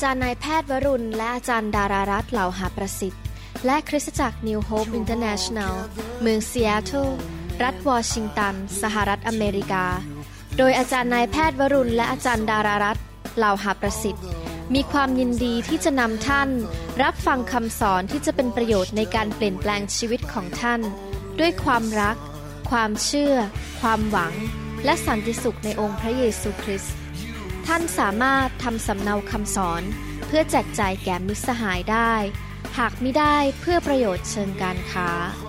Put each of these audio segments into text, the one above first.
จารย์นายแพทย์วรุณและอาจารย์ดารารัตน์เหล่าหาประสิทธิ์และคริสตจักร New Hope International เมืองซีแอตเทิลรัฐวอชิงตันสหรัฐอเมริกาโดยอาจารย์นายแพทย์วรุณและอาจารย์ดารารัตน์เหล่าหาประสิทธิ์มีความยินดีที่จะนำท่านรับฟังคำสอนที่จะเป็นประโยชน์ในการเปลี่ยนแปลงชีวิตของท่านด้วยความรักความเชื่อความหวังและสันติสุขในองค์พระเยซูคริสต์ท่านสามารถทำสำเนาคำสอนเพื่อแจกจ่ายแก่มิตรสหายได้หากมิได้เพื่อประโยชน์เชิงการค้า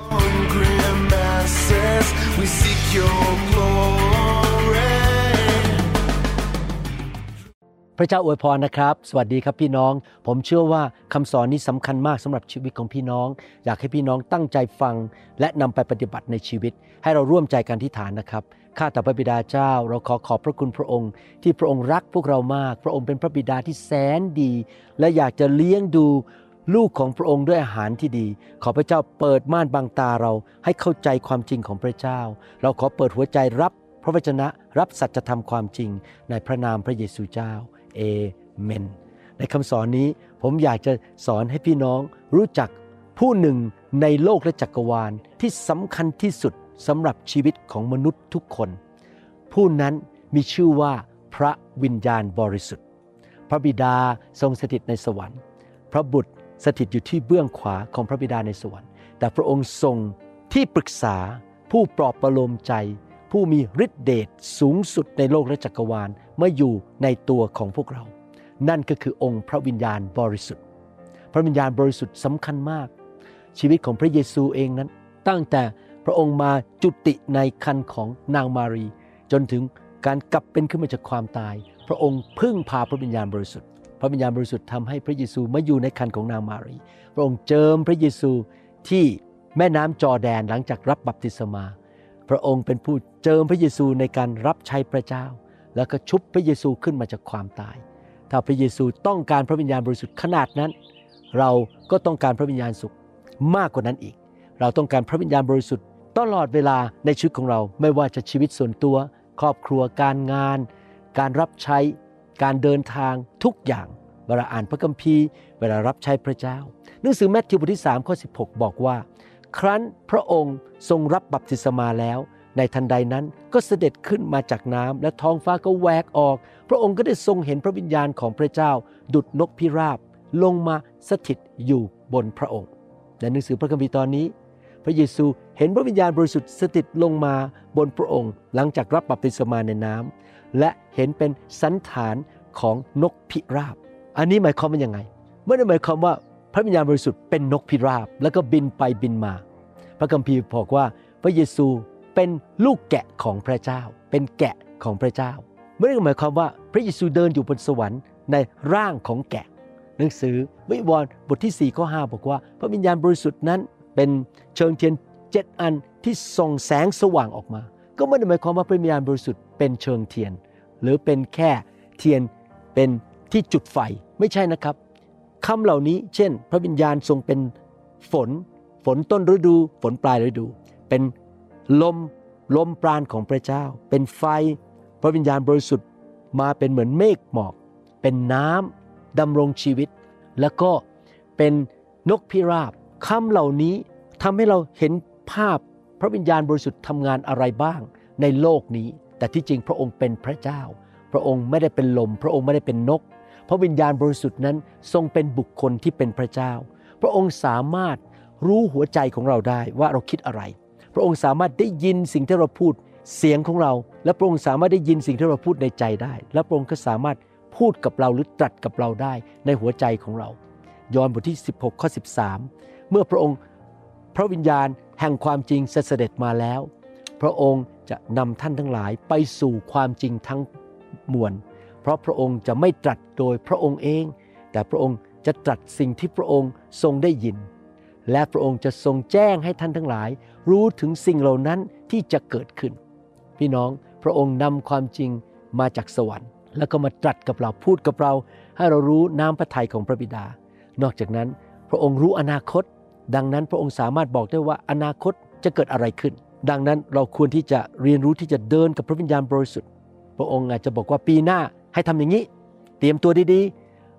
พระเจ้าอวยพรนะครับสวัสดีครับพี่น้องผมเชื่อว่าคำสอนนี้สำคัญมากสำหรับชีวิตของพี่น้องอยากให้พี่น้องตั้งใจฟังและนำไปปฏิบัติในชีวิตให้เราร่วมใจกันอธิษฐานนะครับข้าแต่พระบิดาเจ้าเราขอบพระคุณพระองค์ที่พระองค์รักพวกเรามากพระองค์เป็นพระบิดาที่แสนดีและอยากจะเลี้ยงดูลูกของพระองค์ด้วยอาหารที่ดีขอพระเจ้าเปิดม่านบังตาเราให้เข้าใจความจริงของพระเจ้าเราขอเปิดหัวใจรับพระวจนะรับสัจธรรมความจริงในพระนามพระเยซูเจ้าเอเมนในคำสอนนี้ผมอยากจะสอนให้พี่น้องรู้จักผู้หนึ่งในโลกและจักรวาลที่สำคัญที่สุดสำหรับชีวิตของมนุษย์ทุกคนผู้นั้นมีชื่อว่าพระวิญญาณบริสุทธิ์พระบิดาทรงสถิตในสวรรค์พระบุตรสถิตอยู่ที่เบื้องขวาของพระบิดาในสวรรค์แต่พระองค์ทรงที่ปรึกษาผู้ปลอบประโลมใจผู้มีฤทธิเดชสูงสุดในโลกและจักรวาลมาอยู่ในตัวของพวกเรานั่นก็คือองค์พระวิญญาณบริสุทธิ์พระวิญญาณบริสุทธิ์สำคัญมากชีวิตของพระเยซูเองนั้นตั้งแต่พระองค์มาจุติในครรภ์ของนางมารีจนถึงการกลับเป็นขึ้นมาจากความตายพระองค์พึ่งพาพระวิญญาณบริสุทธิ์พระวิญญาณบริสุทธิ์ทำให้พระเยซูมาอยู่ในครรภ์ของนางมารีพระองค์เจิมพระเยซูที่แม่น้ำจอร์แดนหลังจากรับบัพติศมาพระองค์เป็นผู้เจิมพระเยซูในการรับใช้พระเจ้าแล้วก็ชุบพระเยซูขึ้นมาจากความตายถ้าพระเยซูต้องการพระวิญญาณบริสุทธิ์ขนาดนั้นเราก็ต้องการพระวิญญาณสุขมากกว่านั้นอีกเราต้องการพระวิญญาณบริสุทธิ์ตลอดเวลาในชีวิตของเราไม่ว่าจะชีวิตส่วนตัวครอบครัวการงานการรับใช้การเดินทางทุกอย่างเวลาอ่านพระคัมภีร์เวลารับใช้พระเจ้าหนังสือมัทธิวบทที่3ข้อ16บอกว่าครั้นพระองค์ทรงรับบัพติศมาแล้วในทันใดนั้นก็เสด็จขึ้นมาจากน้ำและท้องฟ้าก็แหวกออกพระองค์ก็ได้ทรงเห็นพระวิญญาณของพระเจ้าดุจนกพิราบลงมาสถิตอยู่บนพระองค์ในหนังสือพระคัมภีร์ตอนนี้พระเยซูเห็นพระวิญญาณบริสุทธิ์สถิตลงมาบนพระองค์หลังจากรับบัพติศมาในน้ำและเห็นเป็นสันฐานของนกพิราบอันนี้หมายความว่ายังไงไม่ได้หมายความว่าพระวิญญาณบริสุทธิ์เป็นนกพิราบแล้วก็บินไปบินมาพระคัมภีร์บอกว่าพระเยซูเป็นลูกแกะของพระเจ้าเป็นแกะของพระเจ้าไม่ได้หมายความว่าพระเยซูเดินอยู่บนสวรรค์ในร่างของแกะหนังสือวิวรณ์บทที่4ข้อ5บอกว่าพระวิญญาณบริสุทธิ์นั้นเป็นเชิงเทียน7อันที่ส่องแสงสว่างออกมาก็ไม่ได้หมายความว่าพระวิญญาณบริสุทธิ์เป็นเชิงเทียนหรือเป็นแค่เทียนเป็นที่จุดไฟไม่ใช่นะครับคำเหล่านี้เช่นพระวิญญาณทรงเป็นฝนต้นฤดูฝนปลายฤดูเป็นลมปราณของพระเจ้าเป็นไฟพระวิญญาณบริสุทธิ์มาเป็นเหมือนเมฆหมอกเป็นน้ำดำรงชีวิตแล้วก็เป็นนกพิราบคำเหล่านี้ทำให้เราเห็นภาพพระวิญญาณบริสุทธิ์ทำงานอะไรบ้างในโลกนี้แต่ที่จริงพระองค์เป็นพระเจ้าพระองค์ไม่ได้เป็นลมพระองค์ไม่ได้เป็นนกพระวิญญาณบริสุทธิ์นั้นทรงเป็นบุคคลที่เป็นพระเจ้าพระองค์สามารถรู้หัวใจของเราได้ว่าเราคิดอะไรพระองค์สามารถได้ยินสิ่งที่เราพูดเสียงของเราและพระองค์สามารถได้ยินสิ่งที่เราพูดในใจได้และพระองค์ก็สามารถพูดกับเราหรือตรัสกับเราได้ในหัวใจของเรายอห์นบทที่16ข้อ13เมื่อพระองค์พระวิญญาณแห่งความจริงเสด็จมาแล้วพระองค์จะนำท่านทั้งหลายไปสู่ความจริงทั้งมวลเพราะพระองค์จะไม่ตรัสโดยพระองค์เองแต่พระองค์จะตรัสสิ่งที่พระองค์ทรงได้ยินและพระองค์จะทรงแจ้งให้ท่านทั้งหลายรู้ถึงสิ่งเหล่านั้นที่จะเกิดขึ้นพี่น้องพระองค์นำความจริงมาจากสวรรค์แล้วก็มาตรัสกับเราพูดกับเราให้เรารู้น้ำพระทัยของพระบิดานอกจากนั้นพระองค์รู้อนาคตดังนั้นพระองค์สามารถบอกได้ว่าอนาคตจะเกิดอะไรขึ้นดังนั้นเราควรที่จะเรียนรู้ที่จะเดินกับพระวิญญาณบริสุทธิ์พระองค์อาจจะบอกว่าปีหน้าให้ทำอย่างนี้เตรียมตัวดี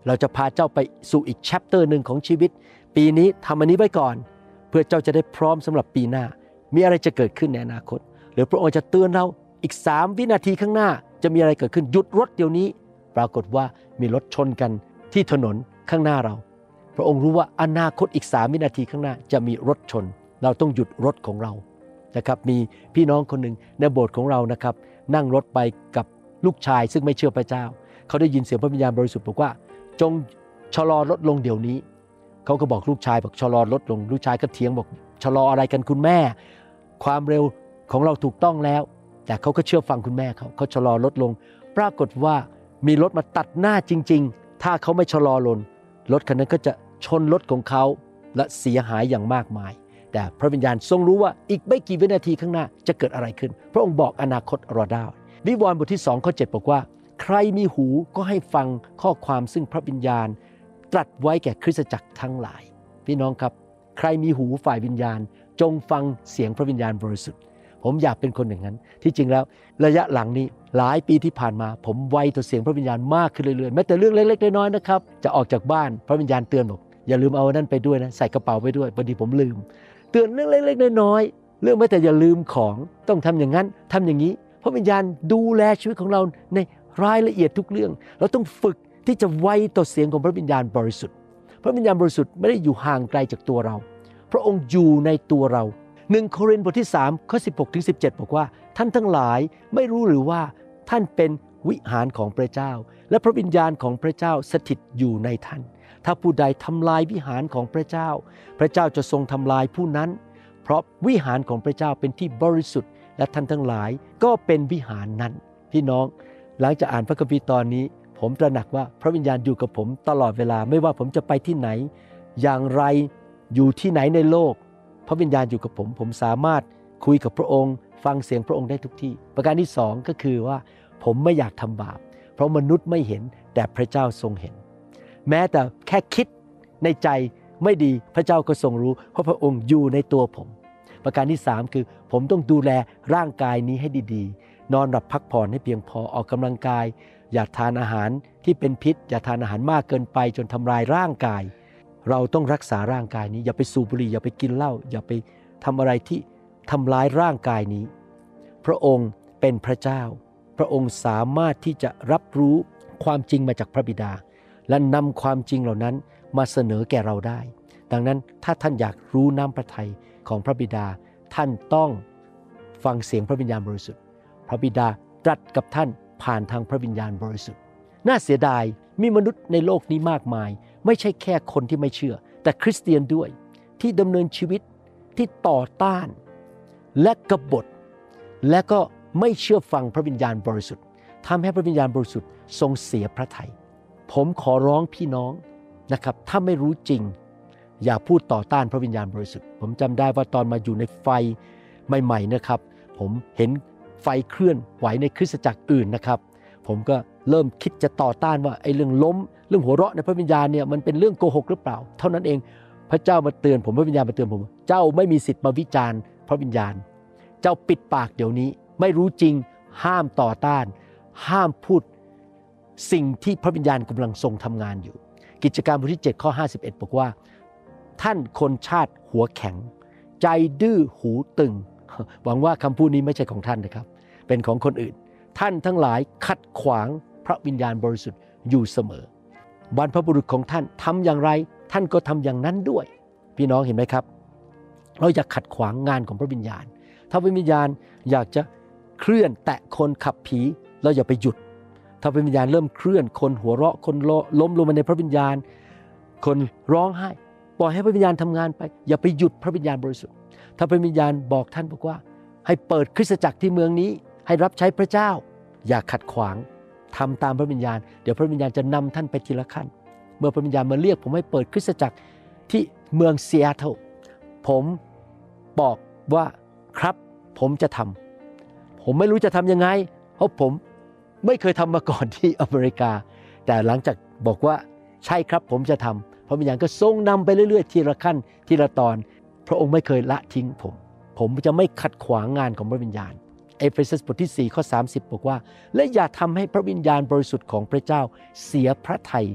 เราจะพาเจ้าไปสู่อีกแชปเตอร์นึงของชีวิตปีนี้ทำอันนี้ไว้ก่อนเพื่อเจ้าจะได้พร้อมสำหรับปีหน้ามีอะไรจะเกิดขึ้นในอนาคตหรือพระองค์จะเตือนเราอีก3 วินาทีข้างหน้าจะมีอะไรเกิดขึ้นหยุดรถเดี๋ยวนี้ปรากฏว่ามีรถชนกันที่ถนนข้างหน้าเราพระองค์รู้ว่าอนาคตอีก3 วินาทีข้างหน้าจะมีรถชนเราต้องหยุดรถของเรานะครับมีพี่น้องคนหนึ่งในโบสถ์ของเรานะครับนั่งรถไปกับลูกชายซึ่งไม่เชื่อพระเจ้าเขาได้ยินเสียงพระวิญญาณบริสุทธิ์บอกว่าจงชะลอรถลงเดี๋ยวนี้เขาก็บอกลูกชายบอกชะลอรถลงลูกชายก็เถียงบอกชะลออะไรกันคุณแม่ความเร็วของเราถูกต้องแล้วแต่เขาก็เชื่อฟังคุณแม่เขาชะลอรถลงปรากฏว่ามีรถมาตัดหน้าจริงๆถ้าเขาไม่ชะลอลงรถคันนั้นก็จะชนรถของเขาและเสียหายอย่างมากมายแต่พระวิญญาณทรงรู้ว่าอีกไม่กี่วินาทีข้างหน้าจะเกิดอะไรขึ้นพระองค์บอกอนาคตเราได้วิวรณ์บทที่2ข้อ7บอกว่าใครมีหูก็ให้ฟังข้อความซึ่งพระวิญญาณตรัสไว้แก่คริสตจักรทั้งหลายพี่น้องครับใครมีหูฝ่ายวิญญาณจงฟังเสียงพระวิญญาณบริสุทธิ์ผมอยากเป็นคนอย่างนั้นที่จริงแล้วระยะหลังนี้หลายปีที่ผ่านมาผมไวต่อเสียงพระวิญญาณมากขึ้นเรื่อยๆแม้แต่เรื่องเล็กๆน้อยๆนะครับจะออกจากบ้านพระวิญญาณเตือนบอกอย่าลืมเอานั่นไปด้วยนะใส่กระเป๋าไปด้วยพอดีผมลืมเตือนเรื่องเล็กๆน้อยๆเรื่องแม้แต่อย่าลืมของต้องทำอย่างนั้นทำอย่างนี้พระวิญญาณดูแลชีวิตของเราในรายละเอียดทุกเรื่องเราต้องฝึกที่จะไวต่อเสียงของพระวิญญาณบริสุทธิ์พระวิญญาณบริสุทธิ์ไม่ได้อยู่ห่างไกลจากตัวเราพระองค์อยู่ในตัวเรา1 โครินธ์บทที่3ข้อ16ถึง17บอกว่าท่านทั้งหลายไม่รู้หรือว่าท่านเป็นวิหารของพระเจ้าและพระวิญญาณของพระเจ้าสถิตอยู่ในท่านถ้าผู้ใดทำลายวิหารของพระเจ้าพระเจ้าจะทรงทำลายผู้นั้นเพราะวิหารของพระเจ้าเป็นที่บริสุทธิ์และท่านทั้งหลายก็เป็นวิหารนั้นพี่น้องหลังจากอ่านพระคัมภีร์ตอนนี้ผมตระหนักว่าพระวิญญาณอยู่กับผมตลอดเวลาไม่ว่าผมจะไปที่ไหนอย่างไรอยู่ที่ไหนในโลกพระวิญญาณอยู่กับผมสามารถคุยกับพระองค์ฟังเสียงพระองค์ได้ทุกที่ประการที่2ก็คือว่าผมไม่อยากทำบาปเพราะมนุษย์ไม่เห็นแต่พระเจ้าทรงเห็นแม้แต่แค่คิดในใจไม่ดีพระเจ้าก็ทรงรู้เพราะพระองค์อยู่ในตัวผมประการที่3คือผมต้องดูแลร่างกายนี้ให้ดีๆนอนหลับพักผ่อนให้เพียงพอออกกำลังกายอย่าทานอาหารที่เป็นพิษอย่าทานอาหารมากเกินไปจนทำลายร่างกายเราต้องรักษาร่างกายนี้อย่าไปสูบบุหรี่อย่าไปกินเหล้าอย่าไปทำอะไรที่ทำลายร่างกายนี้พระองค์เป็นพระเจ้าพระองค์สามารถที่จะรับรู้ความจริงมาจากพระบิดาและนำความจริงเหล่านั้นมาเสนอแก่เราได้ดังนั้นถ้าท่านอยากรู้น้ำพระทัยของพระบิดาท่านต้องฟังเสียงพระวิญญาณบริสุทธิ์พระบิดาตรัสกับท่านผ่านทางพระวิญญาณบริสุทธิ์น่าเสียดายมีมนุษย์ในโลกนี้มากมายไม่ใช่แค่คนที่ไม่เชื่อแต่คริสเตียนด้วยที่ดำเนินชีวิตที่ต่อต้านและกบฏและก็ไม่เชื่อฟังพระวิญญาณบริสุทธิ์ทำให้พระวิญญาณบริสุทธิ์ทรงเสียพระทัยผมขอร้องพี่น้องนะครับถ้าไม่รู้จริงอย่าพูดต่อต้านพระวิญญาณบริสุทธิ์ผมจำได้ว่าตอนมาอยู่ในไฟใหม่ๆนะครับผมเห็นไฟเคลื่อนไหวในคริสตจักรอื่นนะครับผมก็เริ่มคิดจะต่อต้านว่าไอ้เรื่องล้มเรื่องหัวเราะในพระวิญญาณเนี่ยมันเป็นเรื่องโกหกหรือเปล่าเท่านั้นเองพระเจ้ามาเตือนผมพระวิญญาณมาเตือนผมเจ้าไม่มีสิทธิ์มาวิจารณ์พระวิญญาณเจ้าปิดปากเดี๋ยวนี้ไม่รู้จริงห้ามต่อต้านห้ามพูดสิ่งที่พระวิญญาณกำลังทรงทำงานอยู่กิจการบทที่7ข้อ51บอกว่าท่านคนชาติหัวแข็งใจดื้อหูตึงหวังว่าคำพูดนี้ไม่ใช่ของท่านนะครับเป็นของคนอื่นท่านทั้งหลายขัดขวางพระวิญญาณบริสุทธิ์อยู่เสมอบรรพบุรุษของท่านทำอย่างไรท่านก็ทำอย่างนั้นด้วยพี่น้องเห็นไหมครับเราอย่าขัดขวางงานของพระวิญญาณถ้าพระวิญญาณอยากจะเคลื่อนแตะคนขับผีเราอย่าไปหยุดถ้าพระวิญญาณเริ่มเคลื่อนคนหัวเราะคนล้มลงมาในพระวิญญาณคนร้องไห้ปล่อยให้พระวิญญาณทำงานไปอย่าไปหยุดพระวิญญาณบริสุทธิ์ถ้าพระวิญญาณบอกท่านบอกว่าให้เปิดคริสตจักรที่เมืองนี้ให้รับใช้พระเจ้าอย่าขัดขวางทำตามพระวิญญาณเดี๋ยวพระวิญญาณจะนำท่านไปทีละขั้นเมื่อพระวิญญาณมาเรียกผมให้เปิดคริสตจักรที่เมืองซีแอตเทิลผมบอกว่าครับผมจะทำผมไม่รู้จะทำยังไงเพราะผมไม่เคยทำมาก่อนที่อเมริกาแต่หลังจากบอกว่าใช่ครับผมจะทำพระวิญญาณก็ทรงนำไปเรื่อยๆทีละขั้นทีละตอนพระองค์ไม่เคยละทิ้งผมจะไม่ขัดขวางงานของพระวิญญาณเอเฟซัสบทที่4ข้อ30บอกว่าและอย่าทำให้พระวิญญาณบริสุทธิ์ของพระเจ้าเสียพระทัย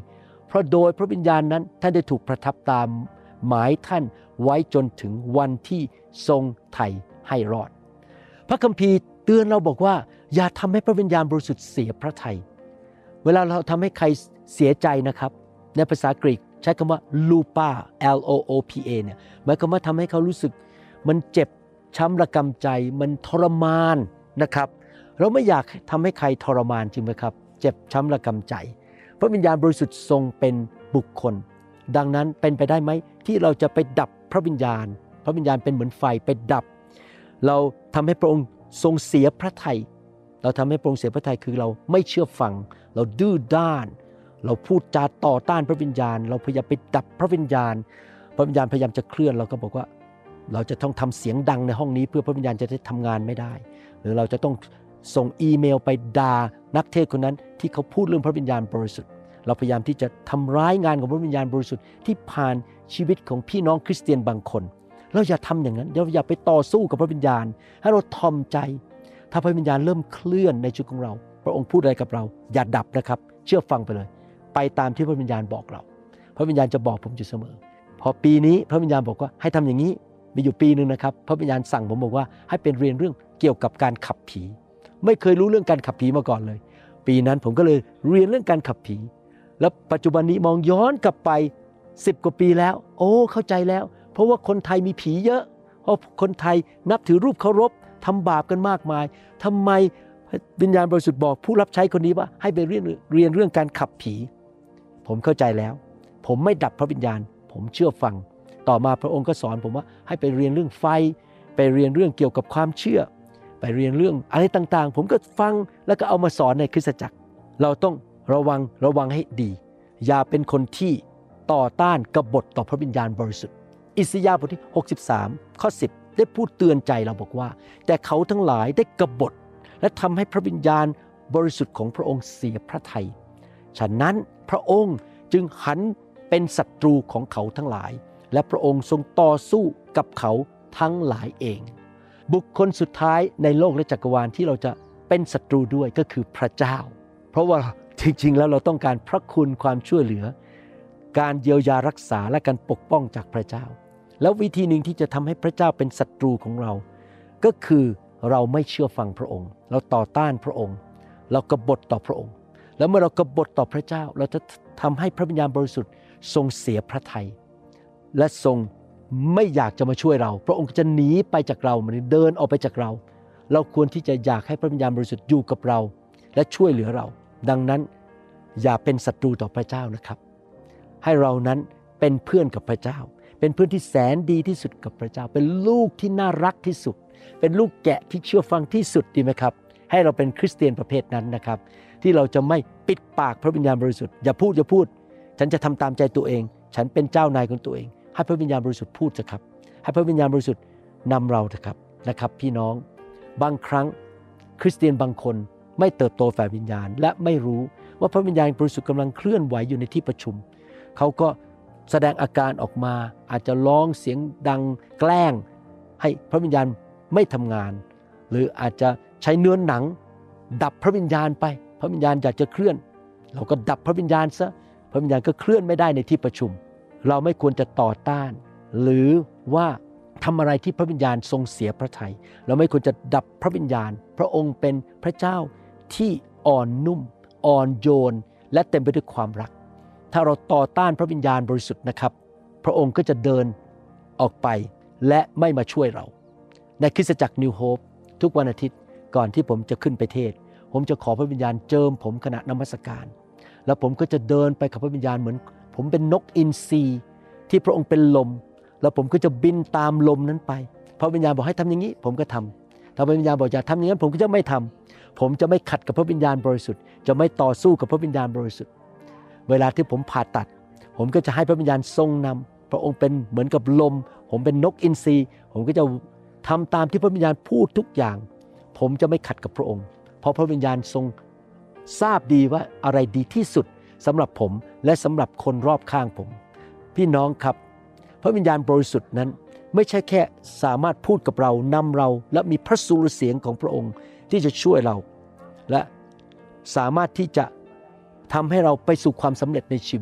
เพราะโดยพระวิญญาณนั้นท่านได้ถูกประทับตามหมายท่านไว้จนถึงวันที่ทรงไถ่ให้รอดพระคัมภีร์เตือนเราบอกว่าอย่าทำให้พระวิญญาณบริสุทธิ์เสียพระทัยเวลาเราทำให้ใครเสียใจนะครับในภาษากรีกใช้คำว่า lupa L-O-O-P-A เนี่ยหมายความว่าทำให้เขารู้สึกมันเจ็บช้ำระกำใจมันทรมานนะครับเราไม่อยากทำให้ใครทรมานจริงไหมครับเจ็บช้ำระกำใจพระวิญญาณบริสุทธิ์ทรงเป็นบุคคลดังนั้นเป็นไปได้ไหมที่เราจะไปดับพระวิญญาณพระวิญญาณเป็นเหมือนไฟไปดับเราทำให้พระองค์ทรงเสียพระทัยเราทำให้พระองค์เสียพระทัยคือเราไม่เชื่อฟังเราดื้อด้านเราพูดจาต่อต้านพระวิญญาณเราพยายามไปดับพระวิญญาณพระวิญญาณพยายามจะเคลื่อนเราก็บอกว่าเราจะต้องทำเสียงดังในห้องนี้เพื่อพระวิญญาณจะได้ทำงานไม่ได้หรือเราจะต้องส่งอีเมลไปด่านักเทศน์คนนั้นที่เขาพูดเรื่องพระวิญญาณบริสุทธิ์เราพยายามที่จะทำร้ายงานของพระวิญญาณบริสุทธิ์ที่ผ่านชีวิตของพี่น้องคริสเตียนบางคนเราอย่าทำอย่างนั้นเราอย่าไปต่อสู้กับพระวิญญาณให้เราทอมใจถ้าพระวิญญาณเริ่มเคลื่อนในชีวิตของเราพระองค์พูดอะไรกับเราอย่าดับนะครับเชื่อฟังไปเลยไปตามที่พระวิญญาณบอกเราพระวิญญาณจะบอกผมอยู่เสมอพอปีนี้พระวิญญาณบอกว่าให้ทำอย่างนี้มีอยู่ปีนึงนะครับพระวิญญาณสั่งผมบอกว่าให้เป็นเรียนเรื่องเกี่ยวกับการขับผีไม่เคยรู้เรื่องการขับผีมาก่อนเลยปีนั้นผมก็เลยเรียนเรื่องการขับผีแล้วปัจจุบันนี้มองย้อนกลับไป10 กว่าปีแล้วโอ้เข้าใจแล้วเพราะว่าคนไทยมีผีเยอะเพราะคนไทยนับถือรูปเคารพทำบาปกันมากมายทำไมวิญญาณบริสุทธิ์บอกผู้รับใช้คนนี้ว่าให้ไปเรียนเรื่องการขับผีผมเข้าใจแล้วผมไม่ดับพระวิญญาณผมเชื่อฟังต่อมาพระองค์ก็สอนผมว่าให้ไปเรียนเรื่องไฟไปเรียนเรื่องเกี่ยวกับความเชื่อไปเรียนเรื่องอะไรต่างๆผมก็ฟังแล้วก็เอามาสอนในคริสตจักรเราต้องระวังให้ดีอย่าเป็นคนที่ต่อต้านกบฏต่อพระวิญญาณบริสุทธิ์อิสยาห์บทที่63ข้อ10ได้พูดเตือนใจเราบอกว่าแต่เขาทั้งหลายได้กบฏและทำให้พระวิญญาณบริสุทธิ์ของพระองค์เสียพระทัยฉะนั้นพระองค์จึงหันเป็นศัตรูของเขาทั้งหลายและพระองค์ทรงต่อสู้กับเขาทั้งหลายเองบุคคลสุดท้ายในโลกและจักรวาลที่เราจะเป็นศัตรูด้วยก็คือพระเจ้าเพราะว่าจริงๆแล้วเราต้องการพระคุณความช่วยเหลือการเยียวยารักษาและการปกป้องจากพระเจ้าแล้ววิธีหนึ่งที่จะทำให้พระเจ้าเป็นศัตรูของเราก็คือเราไม่เชื่อฟังพระองค์เราต่อต้านพระองค์เรากบฏต่อพระองค์แล้วเมื่อเรากบฏต่อพระเจ้าเราจะทำให้พระวิญญาณบริสุทธิ์ทรงเสียพระทัยและทรงไม่อยากจะมาช่วยเราพระองค์จะหนีไปจากเราเดินออกไปจากเราเราควรที่จะอยากให้พระวิญญาณบริสุทธิ์อยู่กับเราและช่วยเหลือเราดังนั้นอย่าเป็นศัตรูต่อพระเจ้านะครับให้เรานั้นเป็นเพื่อนกับพระเจ้าเป็นเพื่อนที่แสนดีที่สุดกับพระเจ้าเป็นลูกที่น่ารักที่สุดเป็นลูกแกะที่เชื่อฟังที่สุดดีไหมครับให้เราเป็นคริสเตียนประเภทนั้นนะครับที่เราจะไม่ปิดปากพระวิญญาณบริสุทธิ์อย่าพูดฉันจะทำตามใจตัวเองฉันเป็นเจ้านายของตัวเองให้พระวิญญาณบริสุทธิ์พูดเถอะครับให้พระวิญญาณบริสุทธิ์นำเราเถอะครับนะครับพี่น้องบางครั้งคริสเตียนบางคนไม่เติบโตฝ่ายวิญญาณและไม่รู้ว่าพระวิญญาณบริสุทธิ์กำลังเคลื่อนไหวอยู่ในที่ประชุมเขาก็แสดงอาการออกมาอาจจะร้องเสียงดังแกล้งให้พระวิญญาณไม่ทำงานหรืออาจจะใช้เนื้อหนังดับพระวิญญาณไปพระวิญญาณอยากจะเคลื่อนเราก็ดับพระวิญญาณซะพระวิญญาณก็เคลื่อนไม่ได้ในที่ประชุมเราไม่ควรจะต่อต้านหรือว่าทำอะไรที่พระวิญญาณทรงเสียพระทัยเราไม่ควรจะดับพระวิญญาณพระองค์เป็นพระเจ้าที่อ่อนนุ่มอ่อนโยนและเต็มไปด้วยความรักถ้าเราต่อต้านพระวิญญาณบริสุทธิ์นะครับพระองค์ก็จะเดินออกไปและไม่มาช่วยเราในคริสตจักร New Hope ทุกวันอาทิตย์ก่อนที่ผมจะขึ้นไปเทศน์ผมจะขอพระวิญญาณเจิมผมขณะนมัสการแล้วผมก็จะเดินไปกับพระวิญญาณเหมือนผมเป็นนกอินทรีที่พระองค์เป็นลมแล้วผมก็จะบินตามลมนั้นไปพระวิญญาณบอกให้ทำอย่างนี้ผมก็ทำถ้าพระวิญญาณบอกอย่าทำอย่างนั้นผมก็จะไม่ทำผมจะไม่ขัดกับพระวิญญาณบริสุทธิ์จะไม่ต่อสู้กับพระวิญญาณบริสุทธิ์เวลาที่ผมผ่าตัดผมก็จะให้พระวิญญาณทรงนำพระองค์เป็นเหมือนกับลมผมเป็นนกอินทรีผมก็จะทำตามที่พระวิญญาณพูดทุกอย่างผมจะไม่ขัดกับพระองค์เพราะพระวิญญาณทรงทราบดีว่าอะไรดีที่สุดสำหรับผมและสำหรับคนรอบข้างผมพี่น้องครับพระวิญญาณบริสุทธิ์นั้นไม่ใช่แค่สามารถพูดกับเรานำเราและมีพระสุรเสียงของพระองค์ที่จะช่วยเราและสามารถที่จะทำให้เราไปสู่ความสำเร็จในชีวิต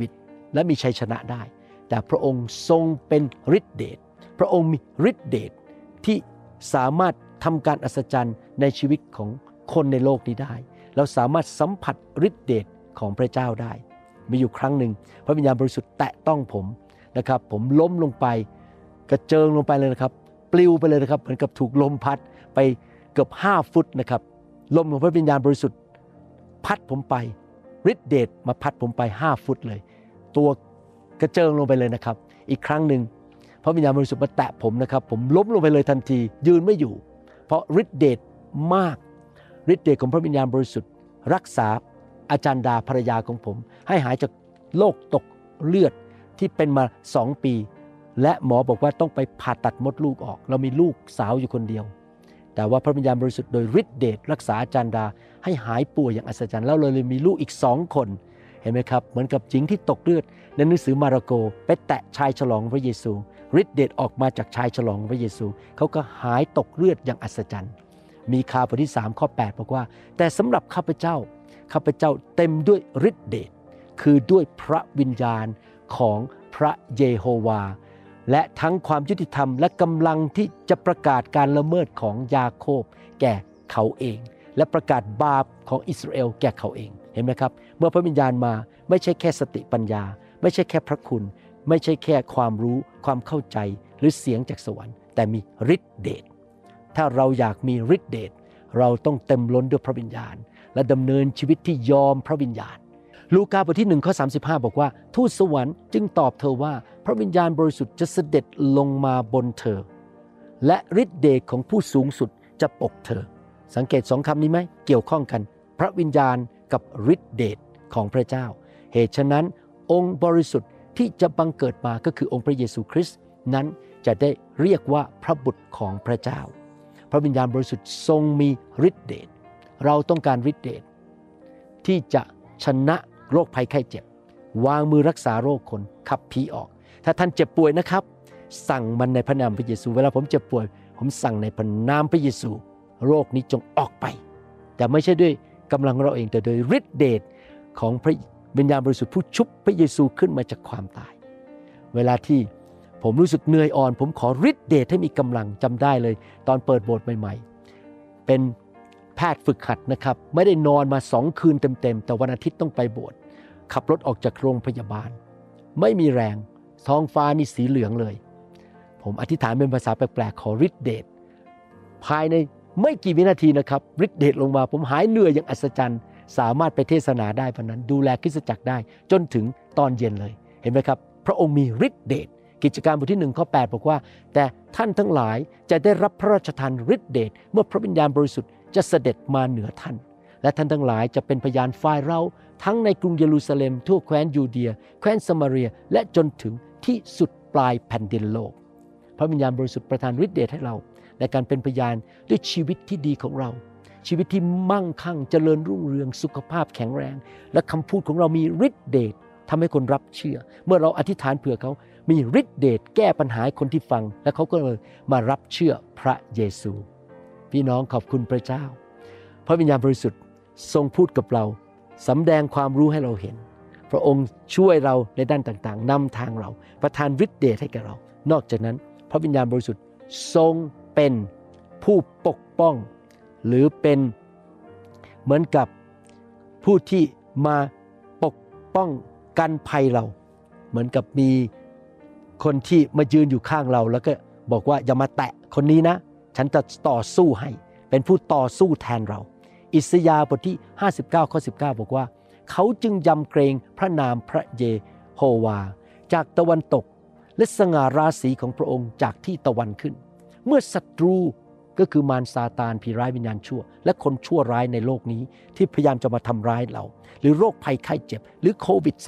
และมีชัยชนะได้แต่พระองค์ทรงเป็นฤทธิเดชพระองค์มีฤทธิเดชที่สามารถทำการอัศจรรย์ในชีวิตของคนในโลกนี้ได้เราสามารถสัมผัสฤทธิเดชของพระเจ้าได้มีอยู่ครั้งหนึ่งพระวิญญาณบริสุทธิ์แตะต้องผมนะครับผมล้มลงไปกระเจิงลงไปเลยนะครับปลิวไปเลยนะครับเหมือนกับถูกลมพัดไปเกือบ5 ฟุตนะครับลมของพระวิญญาณบริสุทธิ์พัดผมไปฤทธิเดชมาพัดผมไป5 ฟุตเลยตัวกระเจิงลงไปเลยนะครับอีกครั้งหนึ่งพระวิญญาณบริสุทธิ์มาแตะผมนะครับผมล้มลงไปเลยทันทียืนไม่อยู่เพราะฤทธิเดชมากฤทธิเดชของพระวิญญาณบริสุทธิ์รักษาอาจารย์ดาภรรยาของผมให้หายจากโรคตกเลือดที่เป็นมา2 ปีและหมอบอกว่าต้องไปผ่าตัดมดลูกออกเรามีลูกสาวอยู่คนเดียวแต่ว่าพระวิญญาณบริสุทธิ์โดยฤทธิเดชรักษาอาจารย์ดาให้หายป่วยอย่างอัศจรรย์แล้วเลยมีลูกอีก2 คนเห็นไหมครับเหมือนกับหญิงที่ตกเลือดในหนังสือมาระโกไปแตะชายฉลองพระเยซูฤทธิเดชออกมาจากชายฉลองพระเยซูเขาก็หายตกเลือดอย่างอัศจรรย์มีคาบทที่3 ข้อ 8บอกว่าแต่สำหรับข้าพเจ้าเต็มด้วยฤทธิเดชคือด้วยพระวิญญาณของพระเยโฮวาและทั้งความยุติธรรมและกำลังที่จะประกาศการละเมิดของยาโคบแก่เขาเองและประกาศบาปของอิสราเอลแก่เขาเองเห็นไหมครับเมื่อพระวิญญาณมาไม่ใช่แค่สติปัญญาไม่ใช่แค่พระคุณไม่ใช่แค่ความรู้ความเข้าใจหรือเสียงจากสวรรค์แต่มีฤทธิเดชถ้าเราอยากมีฤทธิเดชเราต้องเต็มล้นด้วยพระวิญญาณและดำเนินชีวิตที่ยอมพระวิญญาณลูกาบทที่1 ข้อ 35บอกว่าทูตสวรรค์จึงตอบเธอว่าพระวิญญาณบริสุทธิ์จะเสด็จลงมาบนเธอและฤทธิเดชของผู้สูงสุดจะปกเธอสังเกต2 คำนี้ไหมเกี่ยวข้องกันพระวิญญาณกับฤทธิเดชของพระเจ้าเหตุฉะนั้นองค์บริสุทธิ์ที่จะบังเกิดมาก็คือองค์พระเยซูคริสต์นั้นจะได้เรียกว่าพระบุตรของพระเจ้าพระวิญญาณบริสุทธิ์ทรงมีฤทธิเดชเราต้องการฤทธิเดชที่จะชนะโรคภัยไข้เจ็บวางมือรักษาโรคคนขับผีออกถ้าท่านเจ็บป่วยนะครับสั่งมันในพระนามพระเยซูเวลาผมเจ็บป่วยผมสั่งในพระนามพระเยซูโรคนี้จงออกไปแต่ไม่ใช่ด้วยกำลังเราเองแต่โดยฤทธิเดชของพระวิญญาณบริสุทธิ์ผู้ชุบพระเยซูขึ้นมาจากความตายเวลาที่ผมรู้สึกเหนื่อยอ่อนผมขอฤทธิเดชให้มีกำลังจำได้เลยตอนเปิดโบสถ์ใหม่ๆเป็นแพทย์ฝึกหัดนะครับไม่ได้นอนมา2 คืนเต็มๆแต่วันอาทิตย์ต้องไปโบสถ์ขับรถออกจากโรงพยาบาลไม่มีแรงท้องฟ้านี่สีเหลืองเลยผมอธิษฐานเป็นภาษาแปลกๆขอฤทธิเดชภายในไม่กี่วินาทีนะครับฤทธิเดชลงมาผมหายเหนื่อยอย่างอัศจรรย์สามารถไปเทศนาได้วันนั้นดูแลคริสตจักรได้จนถึงตอนเย็นเลยเห็นไหมครับพระองค์มีฤทธิเดชกิจการบทที่1 ข้อ 8บอกว่าแต่ท่านทั้งหลายจะได้รับพระราชทานฤทธิเดชเมื่อพระวิญญาณบริสุทธิ์จะเสด็จมาเหนือท่านและท่านทั้งหลายจะเป็นพยานฝ่ายเราทั้งในกรุงเยรูซาเล็มทั่วแคว้นยูเดียแคว้นสมาเรียและจนถึงที่สุดปลายแผ่นดินโลกพระวิญญาณบริสุทธิ์ประทานฤทธิเดชให้เราในการเป็นพยานด้วยชีวิตที่ดีของเราชีวิตที่มั่งคั่งเจริญรุ่งเรืองสุขภาพแข็งแรงและคำพูดของเรามีฤทธิเดชทำให้คนรับเชื่อเมื่อเราอธิษฐานเผื่อเขามีฤทธิเดชแก้ปัญหาให้คนที่ฟังและเขาก็เลยมารับเชื่อพระเยซูพี่น้องขอบคุณพระเจ้าพระวิญญาณบริสุทธิ์ทรงพูดกับเราสำแดงความรู้ให้เราเห็นพระองค์ช่วยเราในด้านต่างๆนำทางเราประทานฤทธิเดชให้แก่เรานอกจากนั้นพระวิญญาณบริสุทธิ์ทรงเป็นผู้ปกป้องหรือเป็นเหมือนกับผู้ที่มาปกป้องกันภัยเราเหมือนกับมีคนที่มายืนอยู่ข้างเราแล้วก็บอกว่าอย่ามาแตะคนนี้นะฉันจะต่อสู้ให้เป็นผู้ต่อสู้แทนเราอิสยาห์บทที่59 ข้อ 19บอกว่าเขาจึงยำเกรงพระนามพระเยโฮวาจากตะวันตกและสง่าราศีของพระองค์จากที่ตะวันขึ้นเมื่อศัตรูก็คือมารซาตานผีร้ายวิญญาณชั่วและคนชั่วร้ายในโลกนี้ที่พยายามจะมาทำร้ายเราหรือโรคภัยไข้เจ็บหรือโควิด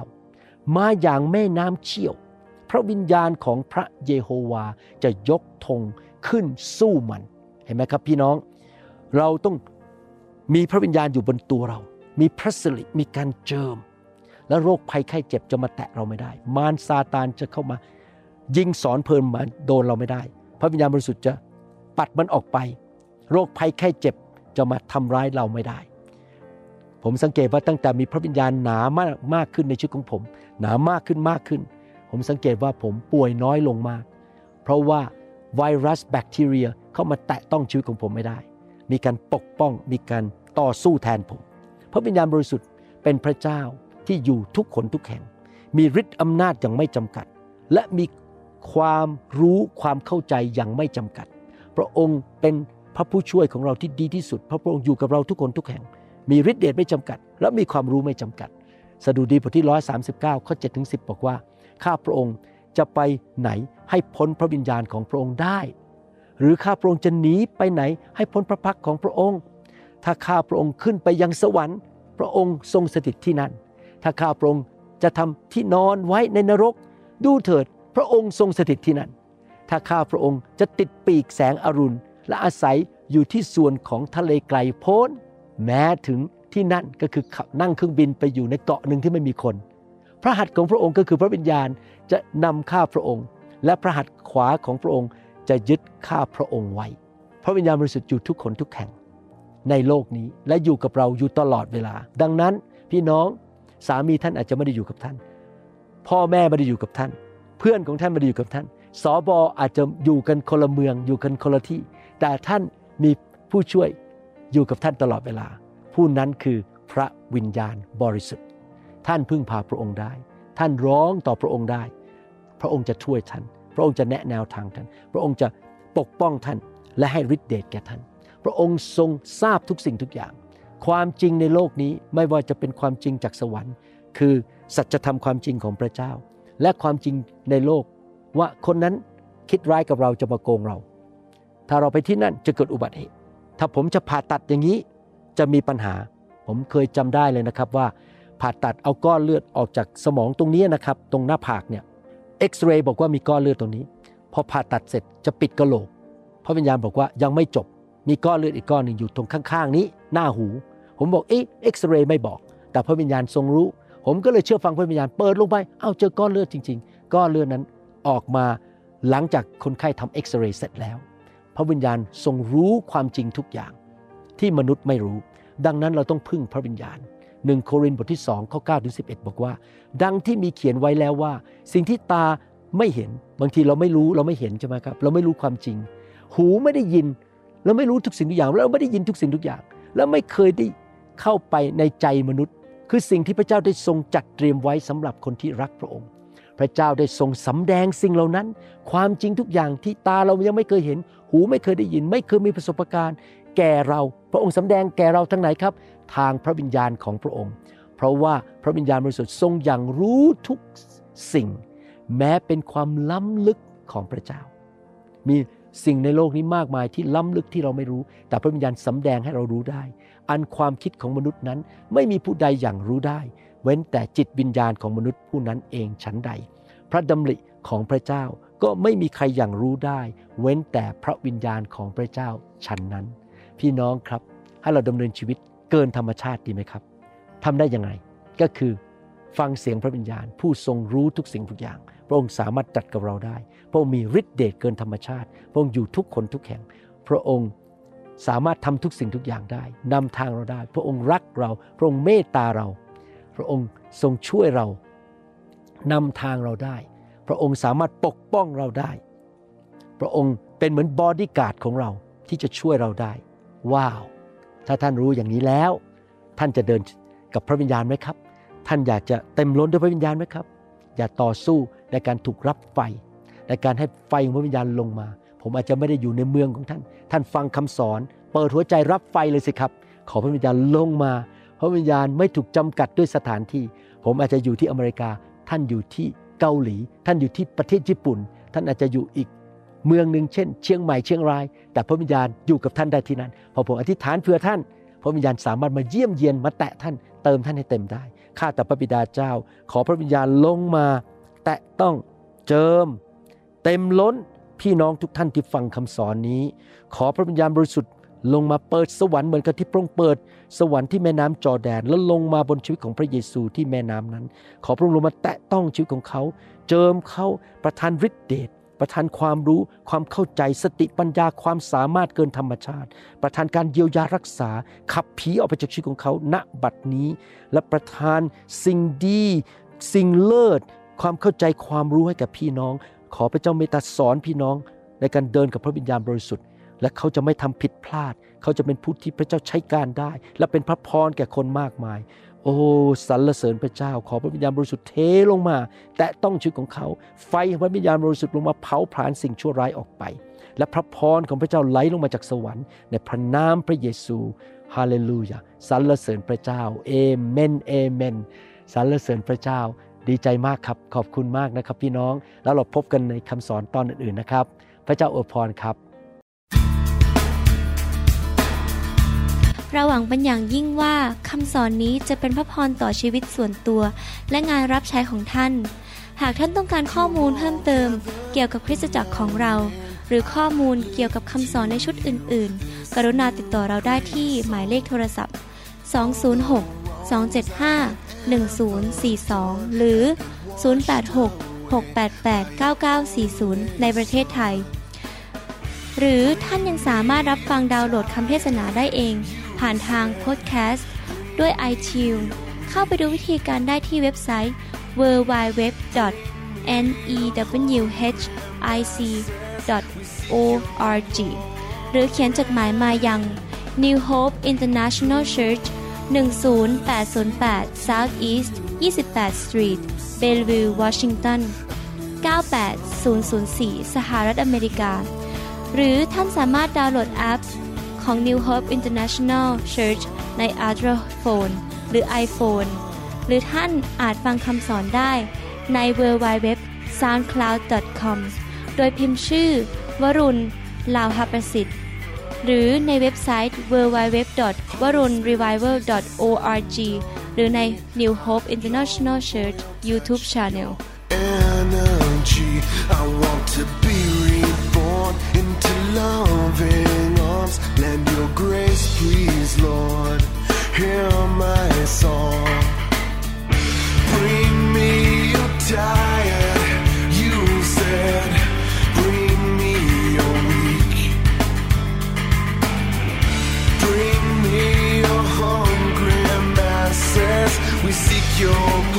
-19 มาอย่างแม่น้ำเชี่ยวพระวิญญาณของพระเยโฮวาจะยกธงขึ้นสู้มันเห็นไหมครับพี่น้องเราต้องมีพระวิญญาณอยู่บนตัวเรามีพระสิริมีการเจิมและโรคภัยไข้เจ็บจะมาแตะเราไม่ได้มารซาตานจะเข้ามายิงสอนเพลินมาโดนเราไม่ได้พระวิญญาณบริสุทธิ์จะปัดมันออกไปโรคภัยไข้เจ็บจะมาทำร้ายเราไม่ได้ผมสังเกตว่าตั้งแต่มีพระวิญญาณหนามากขึ้นในชีวิตของผมหนามากขึ้นผมสังเกตว่าผมป่วยน้อยลงมากเพราะว่าไวรัสแบคทีเรียเข้ามาแตะต้องชีวิตของผมไม่ได้มีการปกป้องมีการต่อสู้แทนผมพระวิญญาณบริสุทธิ์เป็นพระเจ้าที่อยู่ทุกคนทุกแห่งมีฤทธิ์อำนาจอย่างไม่จำกัดและมีความรู้ความเข้าใจอย่างไม่จำกัดพระองค์เป็นพระผู้ช่วยของเราที่ดีที่สุดเพราะพระองค์อยู่กับเราทุกคนทุกแห่งมีฤทธิ์เดชไม่จำกัดและมีความรู้ไม่จำกัดสดุดีบทที่139ข้อ 7-10 บอกว่าข้าพระองค์จะไปไหนให้พ้นพระวิญญาณของพระองค์ได้หรือข้าพระองค์จะหนีไปไหนให้พ้นพระพักของพระองค์ถ้าข้าพระองค์ขึ้นไปยังสวรรค์พระองค์ทรงสถิตที่นั่นถ้าข้าพระองค์จะทำที่นอนไว้ในนรกดูเถิดพระองค์ทรงสถิตที่นั่นถ้าข้าพระองค์จะติดปีกแสงอรุณและอาศัยอยู่ที่ส่วนของทะเลไกลโพ้นแม้ถึงที่นั่นก็คือนั่งเครื่องบินไปอยู่ในเกาะหนึ่งที่ไม่มีคนพระหัตถ์ของพระองค์ก็คือพระวิญญาณจะนำข้าพระองค์และพระหัตถ์ขวาของพระองค์จะยึดข้าพระองค์ไว้พระวิญญาณบริสุทธิ์อยู่ทุกคนทุกแห่งในโลกนี้และอยู่กับเราอยู่ตลอดเวลาดังนั้นพี่น้องสามีท่านอาจจะไม่ได้อยู่กับท่านพ่อแม่ไม่ได้อยู่กับท่านเพื่อนของท่านไม่ได้อยู่กับท่านสบอาจจะอยู่กันคนละเมืองอยู่กันคนละที่แต่ท่านมีผู้ช่วยอยู่กับท่านตลอดเวลาผู้นั้นคือพระวิญญาณบริสุทธิ์ท่านพึ่งพาพระองค์ได้ท่านร้องต่อพระองค์ได้พระองค์จะช่วยท่านพระองค์จะแนะแนวทางท่านพระองค์จะปกป้องท่านและให้ฤทธิ์เดชแก่ท่านพระองค์ทรงทราบทุกสิ่งทุกอย่างความจริงในโลกนี้ไม่ว่าจะเป็นความจริงจากสวรรค์คือสัจธรรมความจริงของพระเจ้าและความจริงในโลกว่าคนนั้นคิดร้ายกับเราจะมาโกงเราถ้าเราไปที่นั่นจะเกิดอุบัติเหตุถ้าผมจะผ่าตัดอย่างนี้จะมีปัญหาผมเคยจำได้เลยนะครับว่าผ่าตัดเอาก้อนเลือดออกจากสมองตรงนี้นะครับตรงหน้าผากเนี่ยเอ็กซเรย์บอกว่ามีก้อนเลือดตรงนี้พอผ่าตัดเสร็จจะปิดกะโหลกพระวิญญาณบอกว่ายังไม่จบมีก้อนเลือดอีกก้อนนึงอยู่ตรงข้างๆนี้หน้าหูผมบอกเอ็กซเรย์ไม่บอกแต่พระวิญญาณทรงรู้ผมก็เลยเชื่อฟังพระวิญญาณเปิดลงไปเจอก้อนเลือดจริงๆก้อนเลือดนั้นออกมาหลังจากคนไข้ทำเอ็กซเรย์เสร็จแล้วพระวิญญาณทรงรู้ความจริงทุกอย่างที่มนุษย์ไม่รู้ดังนั้นเราต้องพึ่งพระวิญญาณ1โครินธ์บทที่2ข้อ9ถึง11บอกว่าดังที่มีเขียนไว้แล้วว่าสิ่งที่ตาไม่เห็นบางทีเราไม่รู้เราไม่เห็นใช่ไหมครับเราไม่รู้ความจริงหูไม่ได้ยินเราไม่รู้ทุกสิ่งทุกอย่างเราไม่ได้ยินทุกสิ่งทุกอย่างแล้วไม่เคยได้เข้าไปในใจมนุษย์คือสิ่งที่พระเจ้าได้ทรงจัดเตรียมไว้สำหรับคนที่รักพระองค์พระเจ้าได้ทรงสำแดงสิ่งเหล่านั้นความจริงทุกอย่างที่ตาเรายังไม่เคยเห็นหูไม่เคยได้ยินไม่เคยมีประสบการณ์แก่เราพระองค์สำแดงแก่เราทั้งไหนครับทางพระวิญญาณของพระองค์เพราะว่าพระวิญญาณบริสุทธิ์ทรงอย่างรู้ทุกสิ่งแม้เป็นความล้ำลึกของพระเจ้ามีสิ่งในโลกนี้มากมายที่ล้ำลึกที่เราไม่รู้แต่พระวิญญาณสำแดงให้เรารู้ได้อันความคิดของมนุษย์นั้นไม่มีผู้ใดอย่างรู้ได้เว้นแต่จิตวิญญาณของมนุษย์ผู้นั้นเองฉันใดพระดำริของพระเจ้าก็ไม่มีใครอย่างรู้ได้เว้นแต่พระวิญญาณของพระเจ้าฉันนั้นพี่น้องครับให้เราดำเนินชีวิตเกินธรรมชาติดีไหมครับทำได้ยังไงก็คือฟังเสียงพระวิญญาณผู้ทรงรู้ทุกสิ่งทุกอย่างพระองค์สามารถจัดกับเราได้พระองค์มีฤทธิ์เดชเกินธรรมชาติพระองค์อยู่ทุกคนทุกแห่งพระองค์สามารถทำทุกสิ่งทุกอย่างได้นำทางเราได้พระองค์รักเราพระองค์เมตตาเราพระองค์ทรงช่วยเรานำทางเราได้พระองค์สามารถปกป้องเราได้พระองค์เป็นเหมือนบอดี้การ์ดของเราที่จะช่วยเราได้ว้าวถ้าท่านรู้อย่างนี้แล้วท่านจะเดินกับพระวิญญาณไหมครับท่านอยากจะเต็มล้นด้วยพระวิญญาณไหมครับอย่าต่อสู้ในการถูกรับไฟในการให้ไฟของพระวิญญาณลงมาผมอาจจะไม่ได้อยู่ในเมืองของท่านท่านฟังคำสอนเปิดหัวใจรับไฟเลยสิครับขอพระวิญญาณลงมาพระวิญญาณไม่ถูกจำกัดด้วยสถานที่ผมอาจจะอยู่ที่อเมริกาท่านอยู่ที่เกาหลีท่านอยู่ที่ประเทศญี่ปุ่นท่านอาจจะอยู่อีกเมืองนึงเช่นเชียงใหม่เชียงรายแต่พระวิญญาณอยู่กับท่านได้ที่นั่นพอผมอธิษฐานเพื่อท่านพระวิญญาณสามารถมาเยี่ยมเยียนมาแตะท่านเติมท่านให้เต็มได้ข้าแต่พระบิดาเจ้าขอพระวิญญาณลงมาแตะต้องเจิมเต็มล้นพี่น้องทุกท่านที่ฟังคำสอนนี้ขอพระวิญญาณบริสุทธิ์ลงมาเปิดสวรรค์เหมือนกับที่พระองค์เปิดสวรรค์ที่แม่น้ำจอร์แดนแล้วลงมาบนชีวิตของพระเยซูที่แม่น้ำนั้นขอพระองค์ลงมาแตะต้องชีวิตของเขาเจิมเขาประทานฤทธิ์เดชประทานความรู้ความเข้าใจสติปัญญาความสามารถเกินธรรมชาติประทานการเยียวยารักษาขับผีออกไปจากชีวิตของเขาณบัดนี้และประทานสิ่งดีสิ่งเลิศความเข้าใจความรู้ให้แก่พี่น้องขอพระเจ้าเมตตาสอนพี่น้องในการเดินกับพระวิญญาณบริสุทธิ์และเขาจะไม่ทำผิดพลาดเขาจะเป็นผู้ที่พระเจ้าใช้การได้และเป็นพระพรแก่คนมากมายโอ้สรรเสริญพระเจ้าขอพระวิญญาณบริสุทธิ์เทลงมาแตะต้องชีวิตของเขาไฟของพระวิญญาณบริสุทธิ์ลงมาเผาผลาญสิ่งชั่วร้ายออกไปและพระพรของพระเจ้าไหลลงมาจากสวรรค์ในพระนามพระเยซูฮาเลลูยาสรรเสริญพระเจ้าเอเมนเอเมนสรรเสริญพระเจ้าดีใจมากครับขอบคุณมากนะครับพี่น้องแล้วเราพบกันในคำสอนตอนอื่นๆนะครับพระเจ้าอวยพรครับเราหวังเป็นอย่างยิ่งว่าคำสอนนี้จะเป็นพระพรต่อชีวิตส่วนตัวและงานรับใช้ของท่านหากท่านต้องการข้อมูลเพิ่มเติมเกี่ยวกับคริสตจักรของเราหรือข้อมูลเกี่ยวกับคำสอนในชุดอื่นๆกรุณาติดต่อเราได้ที่หมายเลขโทรศัพท์206-275-1042หรือ086-688-9940ในประเทศไทยหรือท่านยังสามารถรับฟังดาวน์โหลดคำเทศนาได้เองผ่านทางพอดแคสต์ด้วย iTunes เข้าไปดูวิธีการได้ที่เว็บไซต์ www.newhic.org หรือเขียนจดหมายมายัง New Hope International Church 10808 South East 28th Street Bellevue Washington 98004 สหรัฐอเมริกาหรือท่านสามารถดาวน์โหลดแอปของ New Hope International Church ใน Android Phone หรือ iPhone หรือท่านอาจฟังคำสอนได้ใน www.soundcloud.com โดยพิมพ์ชื่อวรุณ ลาวหประสิทธิ์หรือในเว็บไซต์ www.warunrevival.org หรือใน New Hope International Church YouTube Channel I want to be reborn into loving arms. Lend your grace, please, Lord. Hear my song. Bring me your tired, you said. Bring me your weak. Bring me your hungry masses. We seek your